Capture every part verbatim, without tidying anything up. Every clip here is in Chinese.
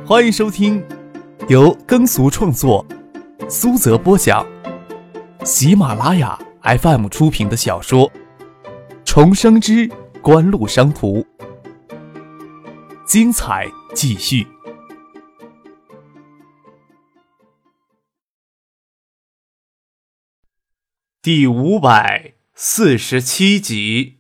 欢迎收听由耕俗创作、苏泽播讲、喜马拉雅 F M 出品的小说《重生之官路商途》，精彩继续。第五百四十七集。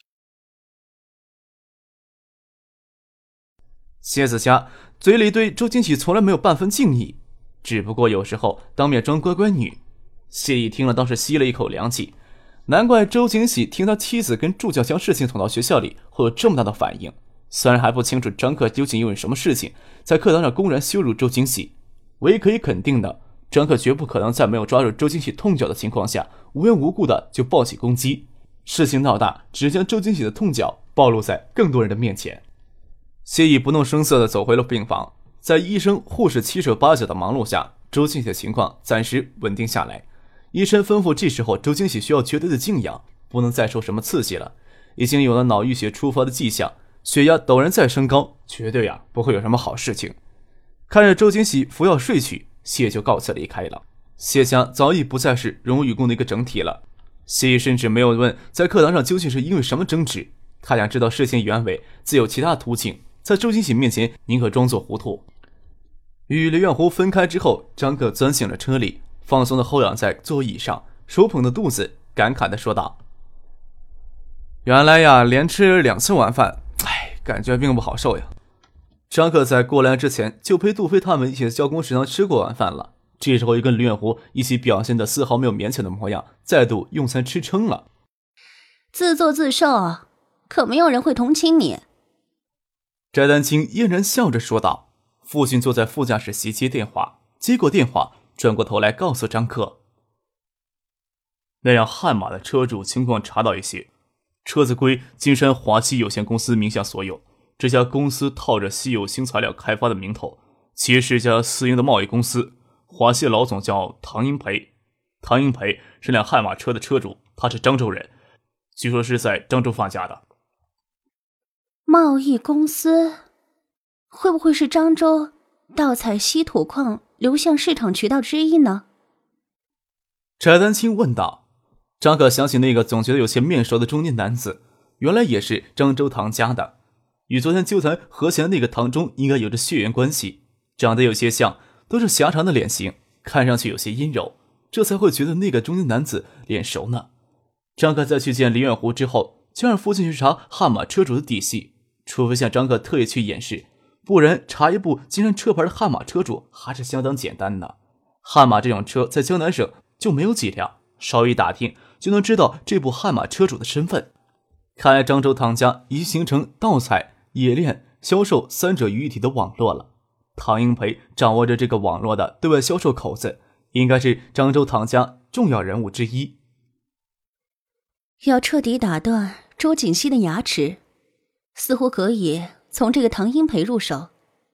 谢子佳嘴里对周金喜从来没有半分敬意，只不过有时候当面装乖乖女。谢意听了倒是吸了一口凉气，难怪周金喜听他妻子跟助教将事情捅到学校里会有这么大的反应。虽然还不清楚张克究竟因为什么事情在课堂上公然羞辱周金喜，唯一可以肯定的，张克绝不可能在没有抓住周金喜痛脚的情况下无缘无故的就暴起攻击，事情闹大只将周金喜的痛脚暴露在更多人的面前。谢意不动声色地走回了病房，在医生护士七手八脚的忙碌下，周金喜的情况暂时稳定下来。医生吩咐这时候周金喜需要绝对的静养，不能再受什么刺激了，已经有了脑溢血出发的迹象，血压陡然再升高，绝对啊不会有什么好事情。看着周金喜服药睡去，谢就告辞离开了。谢家早已不再是荣与共的一个整体了。谢甚至没有问在课堂上究竟是因为什么争执，他想知道事情原委，自有其他途径，在周金喜面前宁可装作糊涂。与刘远湖分开之后，张克钻进了车里，放松地后仰在座椅上，手捧着肚子，感慨地说道：原来呀，连吃两次晚饭，哎，感觉并不好受呀。张克在过来之前就陪杜飞他们一起在教工食堂吃过晚饭了，这时候又跟刘远湖一起表现得丝毫没有勉强的模样，再度用餐吃撑了。 自作自受，可没有人会同情你。 翟丹青嫣然笑着说道。父亲坐在副驾驶席接电话，接过电话转过头来告诉张克，那辆悍马的车主情况查到一些，车子归金山华西有限公司名下所有，这家公司套着稀有新材料开发的名头，其实是一家私营的贸易公司。华西老总叫唐英培，唐英培是辆悍马车的车主，他是漳州人，据说是在漳州发家的。 贸易公司会不会是漳州盗采稀土矿流向市场渠道之一呢？ 翟丹青问道。张可想起那个总觉得有些面熟的中年男子，原来也是漳州唐家的，与昨天纠缠和弦的那个唐中应该有着血缘关系，长得有些像，都是狭长的脸型，看上去有些阴柔，这才会觉得那个中年男子脸熟呢。张可在去见李远湖之后，就让父亲去查悍马车主的底细，除非像张可特意去掩饰，不然查一部金山车牌的悍马车主还是相当简单的。悍马这种车在江南省就没有几辆，稍一打听就能知道这部悍马车主的身份。看来漳州唐家已经形成盗采、冶炼、销售三者于一体的网络了。唐英培掌握着这个网络的对外销售口子，应该是漳州唐家重要人物之一。 要彻底打断周锦熙的牙齿，似乎可以从这个唐英培入手。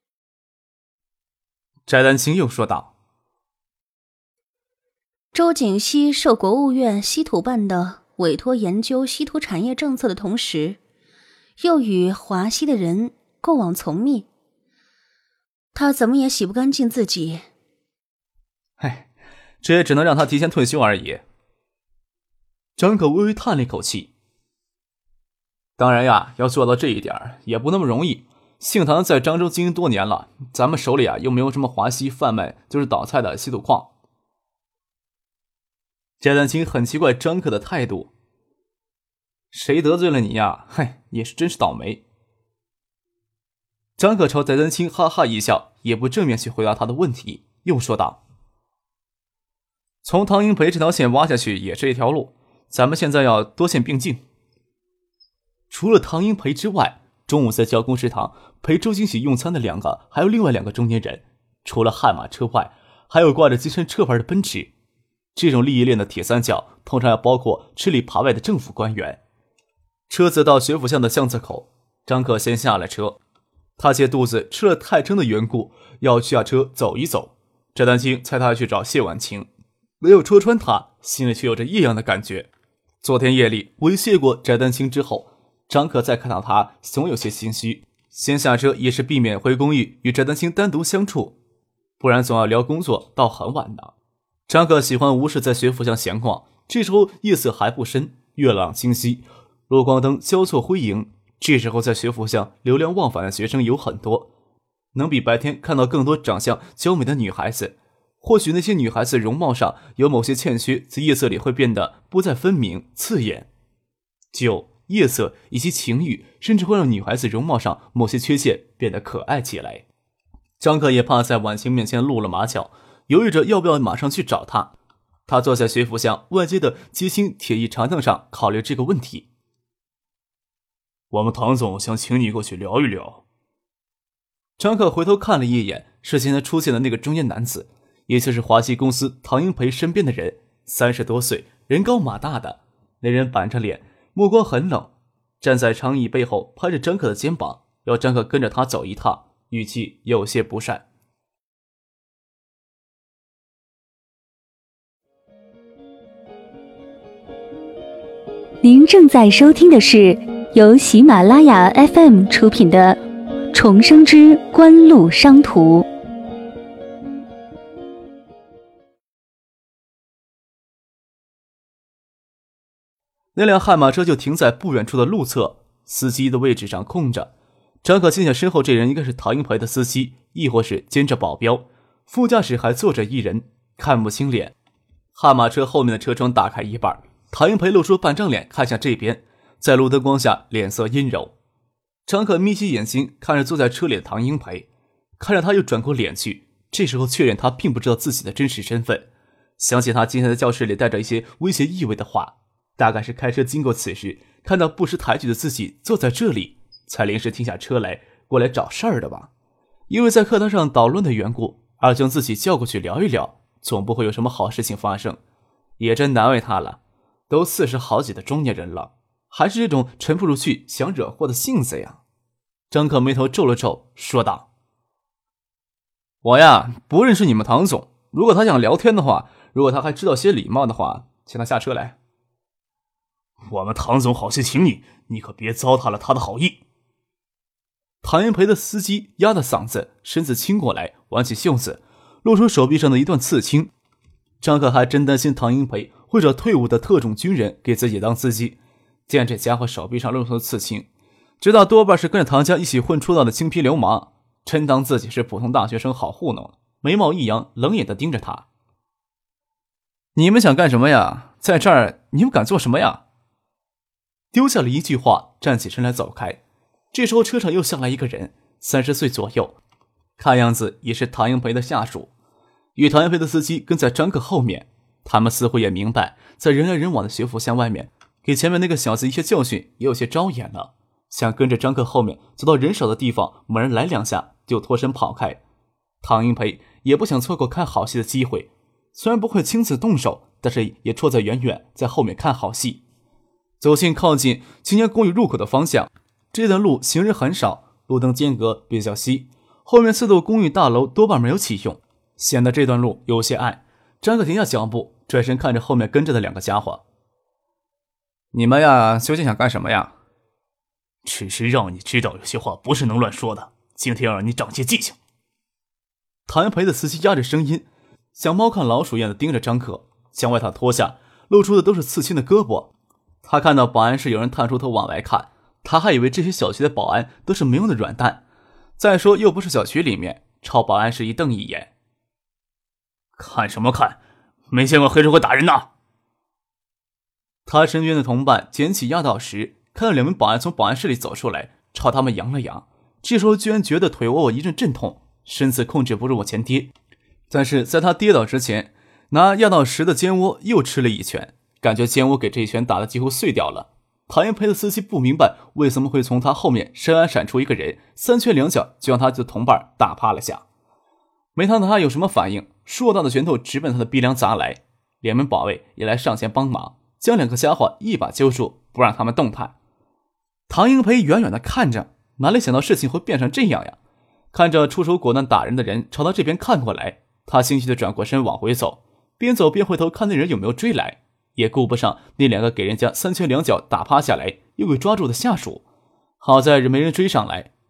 翟丹青又说道。 周锦熙受国务院稀土办的委托研究稀土产业政策的同时，又与华西的人过往从密，他怎么也洗不干净自己。 唉，这也只能让他提前退休而已。张可微微叹了一口气。当然呀，要做到这一点也不那么容易。姓唐在漳州经营多年了，咱们手里啊又没有什么华西贩卖就是倒菜的稀土矿。翟丹青很奇怪张克的态度。谁得罪了你呀？嗨，也是真是倒霉。张克朝翟丹青哈哈一笑，也不正面去回答他的问题，又说道：从唐英培这条线挖下去也是一条路，咱们现在要多线并进。除了唐英培之外，中午在教工食堂陪周金喜用餐的两个还有另外两个中年人，除了悍马车外，还有挂着金山车牌的奔驰。这种利益链的铁三角通常要包括吃里扒外的政府官员。车子到学府巷的巷子口，张可先下了车，他借肚子吃了太撑的缘故，要去下车走一走。翟丹青猜他去找谢婉晴，没有戳穿他，心里却有着异样的感觉。昨天夜里猥亵过翟丹青之后，张可再看到他总有些心虚， 先下车也是避免回公寓与翟丹青单独相处，不然总要聊工作到很晚的。张可喜欢无事在学府巷闲逛，这时候夜色还不深，月朗清晰，路光灯交错辉映。这时候在学府巷流连忘返的学生有很多，能比白天看到更多长相娇美的女孩子。或许那些女孩子容貌上有某些欠缺，在夜色里会变得不再分明刺眼。酒、夜色以及情欲，甚至会让女孩子容貌上某些缺陷变得可爱起来。张可也怕在婉晴面前露了马脚，犹豫着要不要马上去找她。他坐在学府巷外街的街心铁艺长凳上考虑这个问题。我们唐总想请你过去聊一聊。张可回头看了一眼，是现在出现的那个中年男子，也就是华西公司唐英培身边的人，三十多岁，人高马大的。那人板着脸，目光很冷，站在长椅背后拍着张可的肩膀，要张可跟着他走一趟，语气有些不善。 您正在收听的是由喜马拉雅 F M 出品的《重生之官路商途》。 那辆悍马车就停在不远处的路侧，司机的位置上空着。张可心想，身后这人应该是唐英培的司机，亦或是兼着保镖。副驾驶还坐着一人，看不清脸。悍马车后面的车窗打开一半，唐英培露出半张脸看向这边，在路灯光下脸色阴柔。张可眯起眼睛看着坐在车里的唐英培，看着他又转过脸去，这时候确认他并不知道自己的真实身份，想起他今天在教室里带着一些威胁意味的话，大概是开车经过此时，看到不识抬举的自己坐在这里，才临时停下车来过来找事儿的吧。因为在课堂上捣乱的缘故，而将自己叫过去聊一聊，总不会有什么好事情发生。也真难为他了，都四十好几的中年人了，还是这种沉不住气想惹祸的性子呀。张可眉头皱了皱，说道：我呀不认识你们唐总，如果他想聊天的话，如果他还知道些礼貌的话，请他下车来。我们唐总好心请你，你可别糟蹋了他的好意。唐英培的司机压着嗓子，身子倾过来，挽起袖子，露出手臂上的一段刺青。张可还真担心唐英培会找退伍的特种军人给自己当司机，见这家伙手臂上露出的刺青，知道多半是跟着唐家一起混出道的青皮流氓，真当自己是普通大学生好糊弄，眉毛一扬，冷眼地盯着他。你们想干什么呀？在这儿你们敢做什么呀？丢下了一句话，站起身来走开。这时候车上又下来一个人，三十岁左右，看样子也是唐英培的下属。与唐英培的司机跟在张可后面，他们似乎也明白，在人来人往的学府巷外面，给前面那个小子一些教训也有些招眼了，想跟着张可后面走到人少的地方，猛然来两下就脱身跑开。唐英培也不想错过看好戏的机会，虽然不会亲自动手，但是也戳在远远在后面看好戏。走进靠近青年公寓入口的方向，这段路行人很少，路灯间隔比较稀，后面四栋公寓大楼多半没有启用，显得这段路有些暗。张可停下脚步，转身看着后面跟着的两个家伙：你们呀究竟想干什么呀？只是让你知道有些话不是能乱说的，今天让你长些记性。唐英培的司机压着声音，像猫看老鼠一样的盯着张可，将外套脱下，露出的都是刺青的胳膊。他看到保安室有人探出头往外看，他还以为这些小区的保安都是没用的软蛋，再说又不是小区里面，朝保安室一瞪一眼。看什么看？没见过黑社会打人呐！他身边的同伴捡起压倒石，看到两名保安从保安室里走出来，朝他们扬了扬，这时候居然觉得腿窝窝一阵阵痛，身子控制不住往前跌，但是在他跌倒之前，拿压倒石的肩窝又吃了一拳，感觉肩窝给这一拳打得几乎碎掉了。唐英培的司机不明白为什么会从他后面闪闪出一个人，三拳两脚就让他的同伴打趴了下。没看到他有什么反应，硕大的拳头直奔他的鼻梁砸来，两名保卫也来上前帮忙，将两个家伙一把揪住，不让他们动弹。唐英培远远地看着，哪里想到事情会变成这样呀？看着出手果断打人的人朝他这边看过来，他心虚地转过身往回走，边走边回头看那人有没有追来，也顾不上那两个给人家三拳两脚打趴下来又给抓住的下属。好在没人追上来，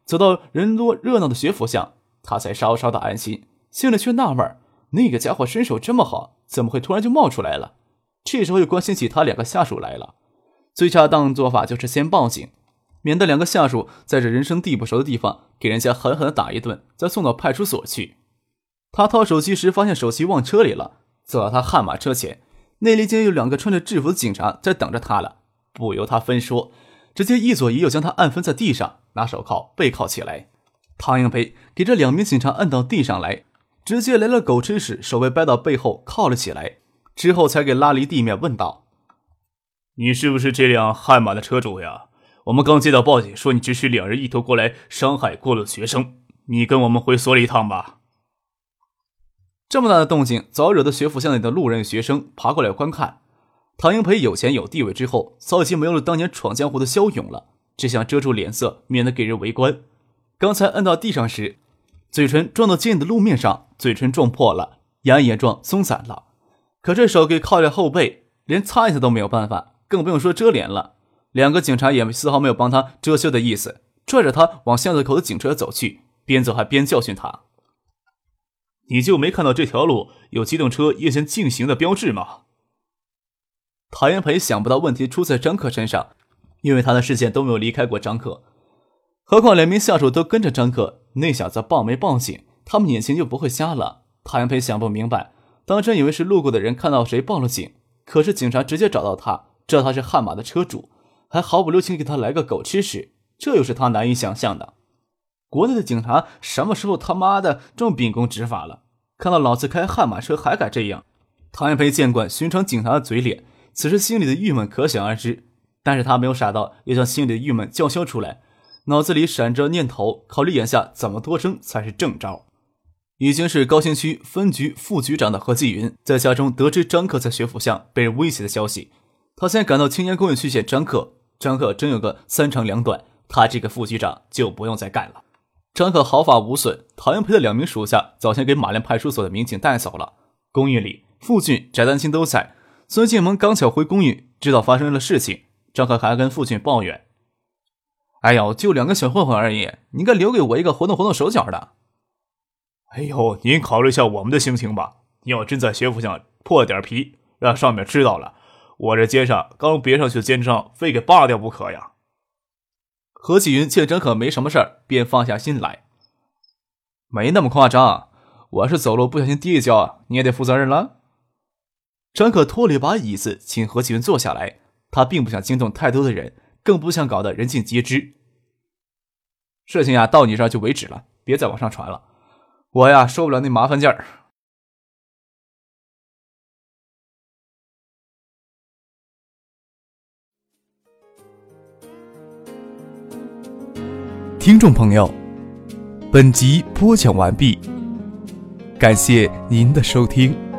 走到人多热闹的学府巷，他才稍稍的安心，心里却纳闷，那个家伙身手这么好，怎么会突然就冒出来了？这时候又关心起他两个下属来了。最恰当的做法就是先报警，免得两个下属在这人生地不熟的地方给人家狠狠的打一顿，再送到派出所去。他掏手机时发现手机忘车里了，走到他悍马车前，那里竟有两个穿着制服的警察在等着他了。不由他分说，直接一左一右将他按分在地上，拿手铐背铐起来。唐英培给这两名警察按到地上来，直接来了狗吃屎，手被掰到背后铐了起来，之后才给拉离地面，问道： 你是不是这辆悍马的车主呀？我们刚接到报警，说你指使两人一同过来伤害过路学生，你跟我们回所里一趟吧。 这么大的动静，早惹得学府巷里的路人学生爬过来观看。唐英培有钱有地位之后，早已经没有了当年闯江湖的骁勇了，只想遮住脸色，免得给人围观。刚才摁到地上时，嘴唇撞到坚硬的路面上，嘴唇撞破了，牙也撞松散了。可这手给靠在后背，连擦一下都没有办法，更不用说遮脸了。两个警察也丝毫没有帮他遮羞的意思，拽着他往巷子口的警车走去，边走还边教训他： 你就没看到这条路有机动车夜间禁行的标志吗？ 唐英培想不到问题出在张克身上，因为他的视线都没有离开过张克。何况两名下属都跟着张克，那小子报没报警，他们眼睛就不会瞎了。唐英培想不明白，当真以为是路过的人看到谁报了警，可是警察直接找到他，知道他是悍马的车主，还毫不留情给他来个狗吃屎，这又是他难以想象的。国内的警察什么时候他妈的这么秉公执法了？看到老子开悍马车还敢这样？唐英培见惯寻常警察的嘴脸，此时心里的郁闷可想而知，但是他没有傻到要将心里的郁闷叫嚣出来，脑子里闪着念头，考虑眼下怎么脱身才是正招。已经是高新区分局副局长的何继云在家中得知张克在学府巷被人威胁的消息，他先赶到青年公园去见张克。张克真有个三长两短，他这个副局长就不用再干了。张克毫发无损，唐英培的两名属下早先给马连派出所的民警带走了。公寓里，傅俊、翟丹青都在。孙建萌刚巧回公寓，知道发生了事情，张克还跟傅俊抱怨：哎呦，就两个小混混而已，你应该留给我一个活动活动手脚的。 哎呦，您考虑一下我们的心情吧，你要真在学府巷破点皮，让上面知道了，我这街上刚别上去的奸商非给扒掉不可呀。 何启云见张可没什么事儿，便放下心来。没那么夸张，我要是走路不小心跌一跤，你也得负责任了。张可拖了一把椅子，请何启云坐下来。他并不想惊动太多的人，更不想搞得人尽皆知。事情呀，到你这儿就为止了，别再往上传了。我呀，受不了那麻烦劲儿。听众朋友，本集播讲完毕，感谢您的收听。